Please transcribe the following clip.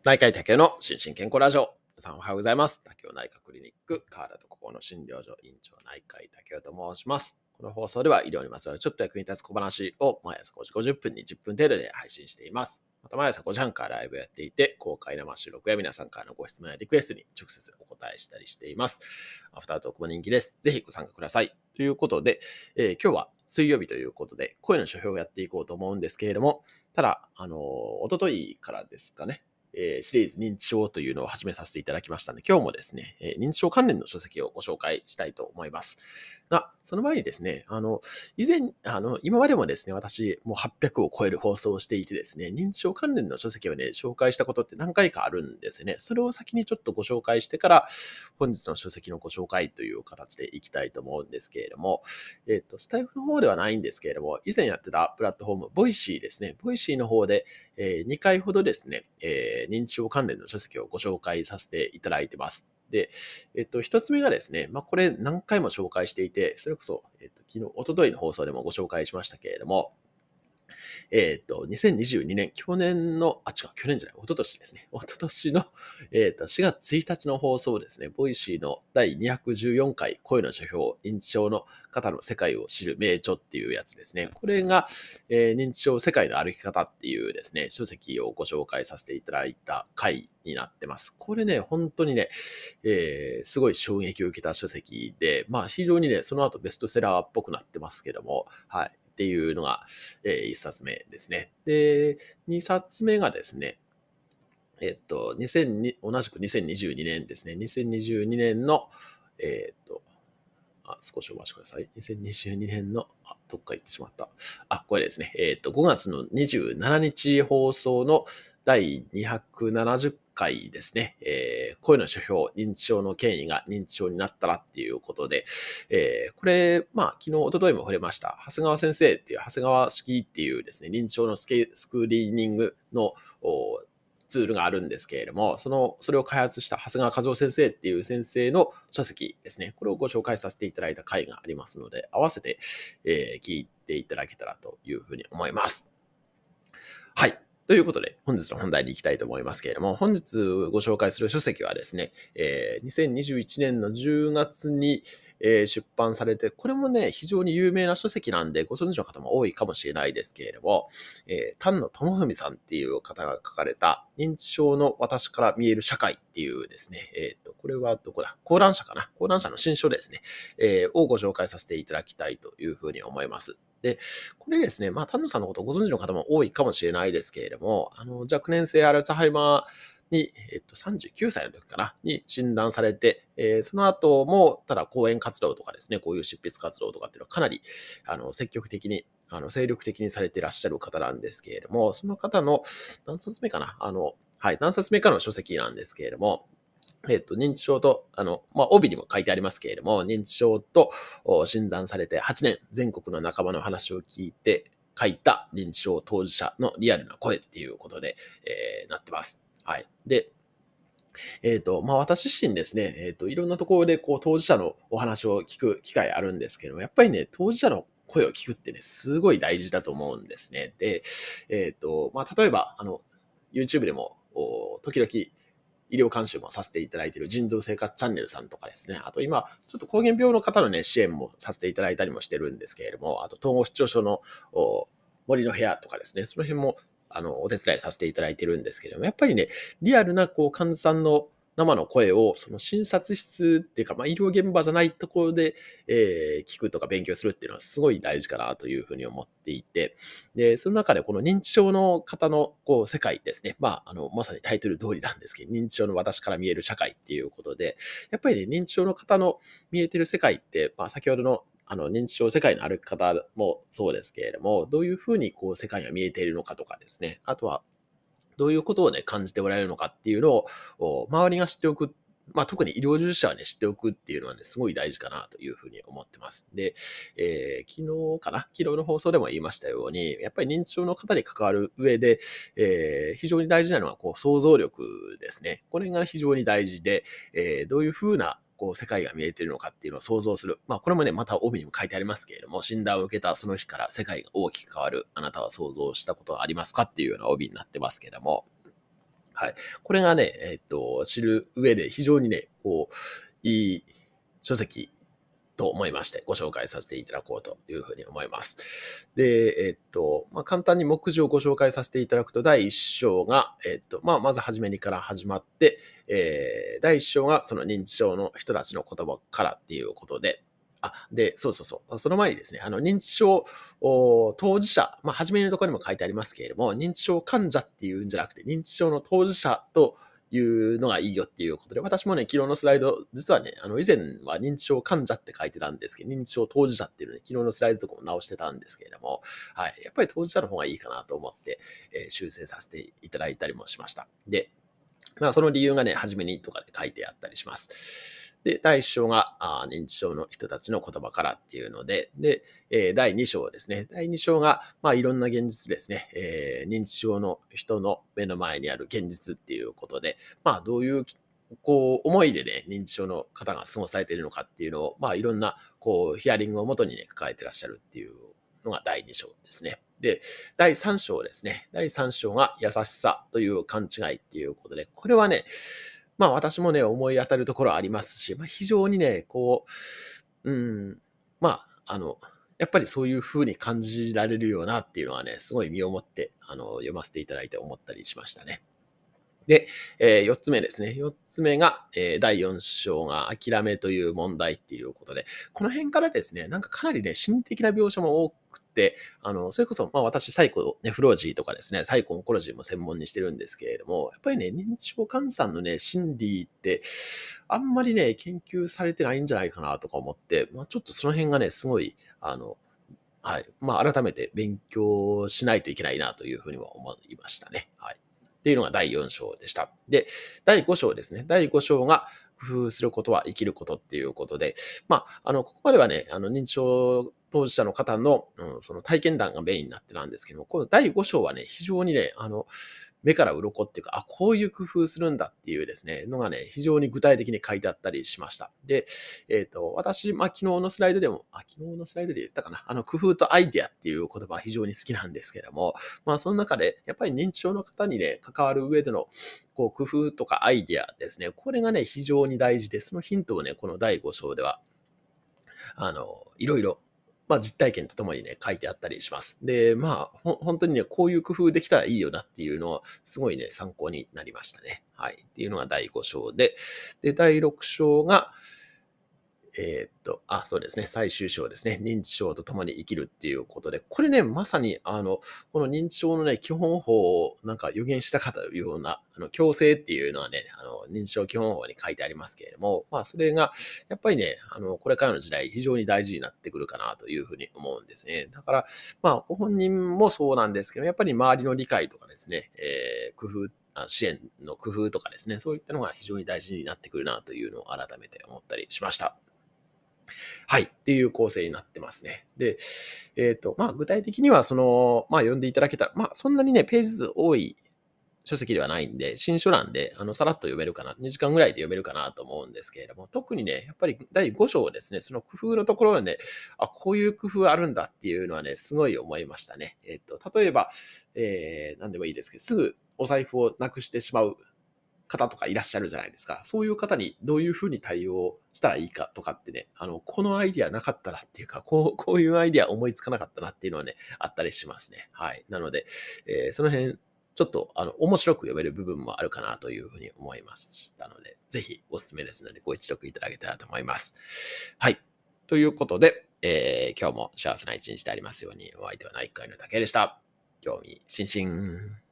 内科医竹の心身健康ラジオ。皆さんおはようございます。竹尾内科クリニック、河原と心の診療所院長内科医竹尾と申します。この放送では医療にまつわるちょっと役に立つ小話を毎朝5時50分に10分程度で配信しています。また毎朝5時半からライブやっていて、公開生収録や皆さんからのご質問やリクエストに直接お答えしたりしています。アフタートークも人気です。ぜひご参加ください。ということで、今日は水曜日ということで、声の書評をやっていこうと思うんですけれども、ただ、一昨日からですかね、シリーズ認知症というのを始めさせていただきましたので、今日もですね、認知症関連の書籍をご紹介したいと思います。が、その前にですね、今までもですね、私、もう800を超える放送をしていてですね、認知症関連の書籍をね、紹介したことって何回かあるんですよね。それを先にちょっとご紹介してから、本日の書籍のご紹介という形でいきたいと思うんですけれども、スタイフの方ではないんですけれども、以前やってたプラットフォーム、ボイシーですね。ボイシーの方で、2回ほどですね、認知症関連の書籍をご紹介させていただいてます。で、一つ目がですね、これ何回も紹介していて、それこそ、昨日、一昨日の放送でもご紹介しましたけれども、2022年、去年の、去年じゃない、一昨年ですね。一昨年の、4月1日の放送ですね。ボイシーの第214回声の書評、認知症の方の世界を知る名著っていうやつですね。これが、認知症世界の歩き方っていうですね、書籍をご紹介させていただいた回になってます。これね、本当にね、すごい衝撃を受けた書籍で、非常にね、その後ベストセラーっぽくなってますけども、はい。っていうのが、1冊目ですね。で、2冊目がですね、同じく2022年ですね。2022年の、少しお待ちください。2022年の、どっか行ってしまった。これですね。5月の27日放送の第270回ですね。声の書評、認知症の権威が認知症になったらっていうことで、これ、昨日、一昨日も触れました。長谷川先生っていう、長谷川式っていうですね、認知症のスクリーニングのツールがあるんですけれども、それを開発した長谷川和夫先生っていう先生の書籍ですね。これをご紹介させていただいた回がありますので、合わせて、聞いていただけたらというふうに思います。はい。ということで、本日の本題に行きたいと思いますけれども、本日ご紹介する書籍はですね、2021年の10月に、出版されて、これもね、非常に有名な書籍なんで、ご存知の方も多いかもしれないですけれども、丹野智文さんっていう方が書かれた、認知症の私から見える社会っていうですね、これはどこだ講談社かな講談社の新書ですね、をご紹介させていただきたいというふうに思います。で、これですね、丹野さんのことをご存知の方も多いかもしれないですけれども、若年性アルツハイマーに、39歳の時かな、に診断されて、その後も、ただ講演活動とかですね、こういう執筆活動とかっていうのはかなり、積極的に、精力的にされていらっしゃる方なんですけれども、その方の、何冊目かな何冊目かの書籍なんですけれども、認知症と、帯にも書いてありますけれども、認知症と診断されて8年、全国の仲間の話を聞いて書いた認知症当事者のリアルな声っていうことで、なってます。はい。で、私自身ですね、いろんなところでこう当事者のお話を聞く機会あるんですけども、やっぱりね、当事者の声を聞くってね、すごい大事だと思うんですね。で、例えば、YouTube でも、時々、医療監修もさせていただいている腎臓生活チャンネルさんとかですね。あと今、ちょっと膠原病の方のね、支援もさせていただいたりもしてるんですけれども、あと統合失調症の森の部屋とかですね、その辺もお手伝いさせていただいてるんですけれども、やっぱりね、リアルなこう患者さんの生の声を、その診察室っていうか、医療現場じゃないところで、聞くとか勉強するっていうのはすごい大事かなというふうに思っていて、で、その中でこの認知症の方のこう世界ですね。まさにタイトル通りなんですけど、認知症の私から見える社会っていうことで、やっぱりね、認知症の方の見えてる世界って、先ほどの認知症世界の歩き方もそうですけれども、どういうふうにこう世界が見えているのかとかですね。あとは、どういうことをね、感じておられるのかっていうのを、周りが知っておく。特に医療従事者はね、知っておくっていうのはね、すごい大事かなというふうに思ってます。で、昨日の放送でも言いましたように、やっぱり認知症の方に関わる上で、非常に大事なのは、こう、想像力ですね。これが非常に大事で、どういうふうな、こう、世界が見えているのかっていうのを想像する。これもね、また帯にも書いてありますけれども、診断を受けたその日から世界が大きく変わる。あなたは想像したことはありますかっていうような帯になってますけれども、 はい。これがね、知る上で非常にね、いい書籍と思いまして、ご紹介させていただこうというふうに思います。で、簡単に目次をご紹介させていただくと、第1章が、まず初めにから始まって、第1章がその認知症の人たちの言葉からっていうことで、そうそうそう。その前にですね、認知症当事者、初めのところにも書いてありますけれども、認知症患者っていうんじゃなくて、認知症の当事者というのがいいよっていうことで、私もね、昨日のスライド、実はね、以前は認知症患者って書いてたんですけど、認知症当事者っていうので、昨日のスライドとかも直してたんですけれども、はい。やっぱり当事者の方がいいかなと思って、修正させていただいたりもしました。で、その理由がね、初めにとかで書いてあったりします。で、第1章が認知症の人たちの言葉からっていうので、第2章ですね。第2章が、いろんな現実ですね。認知症の人の目の前にある現実っていうことで、どういう、思いでね、認知症の方が過ごされているのかっていうのを、いろんな、ヒアリングをもとにね、抱えてらっしゃるっていうのが第2章ですね。で、第3章ですね。第3章が優しさという勘違いっていうことで、これはね、私もね、思い当たるところありますし、非常にね、まあ、やっぱりそういう風に感じられるようなっていうのはね、すごい身をもって、読ませていただいて思ったりしましたね。で、4つ目ですね。4つ目が、第4章が諦めという問題っていうことで、この辺からですね、なんかかなりね、心理的な描写も多くて、それこそ、私、サイコ、ネフロジーとかですね、サイコオンコロジーも専門にしてるんですけれども、やっぱりね、認知症患者さんのね、心理って、あんまりね、研究されてないんじゃないかなとか思って、ちょっとその辺がね、すごい、はい。改めて勉強しないといけないなというふうには思いましたね。はい。っていうのが第4章でした。で、第5章ですね。第5章が工夫することは生きることっていうことで、ここまではね、認知症当事者の方の、その体験談がメインになってたんですけども、この第5章はね、非常にね、目から鱗っていうか、こういう工夫するんだっていうですね、のがね、非常に具体的に書いてあったりしました。で、私、昨日のスライドでも、昨日のスライドで言ったかな、工夫とアイデアっていう言葉は非常に好きなんですけども、その中で、やっぱり認知症の方にね、関わる上での、工夫とかアイデアですね、これがね、非常に大事で、そのヒントをね、この第5章では、いろいろ、実体験とともにね、書いてあったりします。で、本当にね、こういう工夫できたらいいよなっていうのを、すごいね、参考になりましたね。はい。っていうのが第5章で、第6章が、そうですね。最終章ですね。認知症と共に生きるっていうことで、これね、まさに、この認知症のね、基本法をなんか予言したかというような、強制っていうのはね、認知症基本法に書いてありますけれども、それが、やっぱりね、これからの時代、非常に大事になってくるかなというふうに思うんですね。だから、ご本人もそうなんですけど、やっぱり周りの理解とかですね、工夫、支援の工夫とかですね、そういったのが非常に大事になってくるなというのを改めて思ったりしました。はい。っていう構成になってますね。で、具体的には、読んでいただけたら、そんなにね、ページ数多い書籍ではないんで、新書なんで、さらっと読めるかな、2時間ぐらいで読めるかなと思うんですけれども、特にね、やっぱり第5章ですね、その工夫のところでね、こういう工夫あるんだっていうのはね、すごい思いましたね。例えば、何でもいいですけど、すぐお財布をなくしてしまう方とかいらっしゃるじゃないですか。そういう方にどういうふうに対応したらいいかとかってね、このアイディアなかったなっていうか、こういうアイディア思いつかなかったなっていうのはね、あったりしますね。はい。なので、その辺、ちょっと、面白く読める部分もあるかなというふうに思いましたので、ぜひおすすめですので、ご一読いただけたらと思います。はい。ということで、今日も幸せな一日でありますように、お相手は内科医の竹でした。興味津々。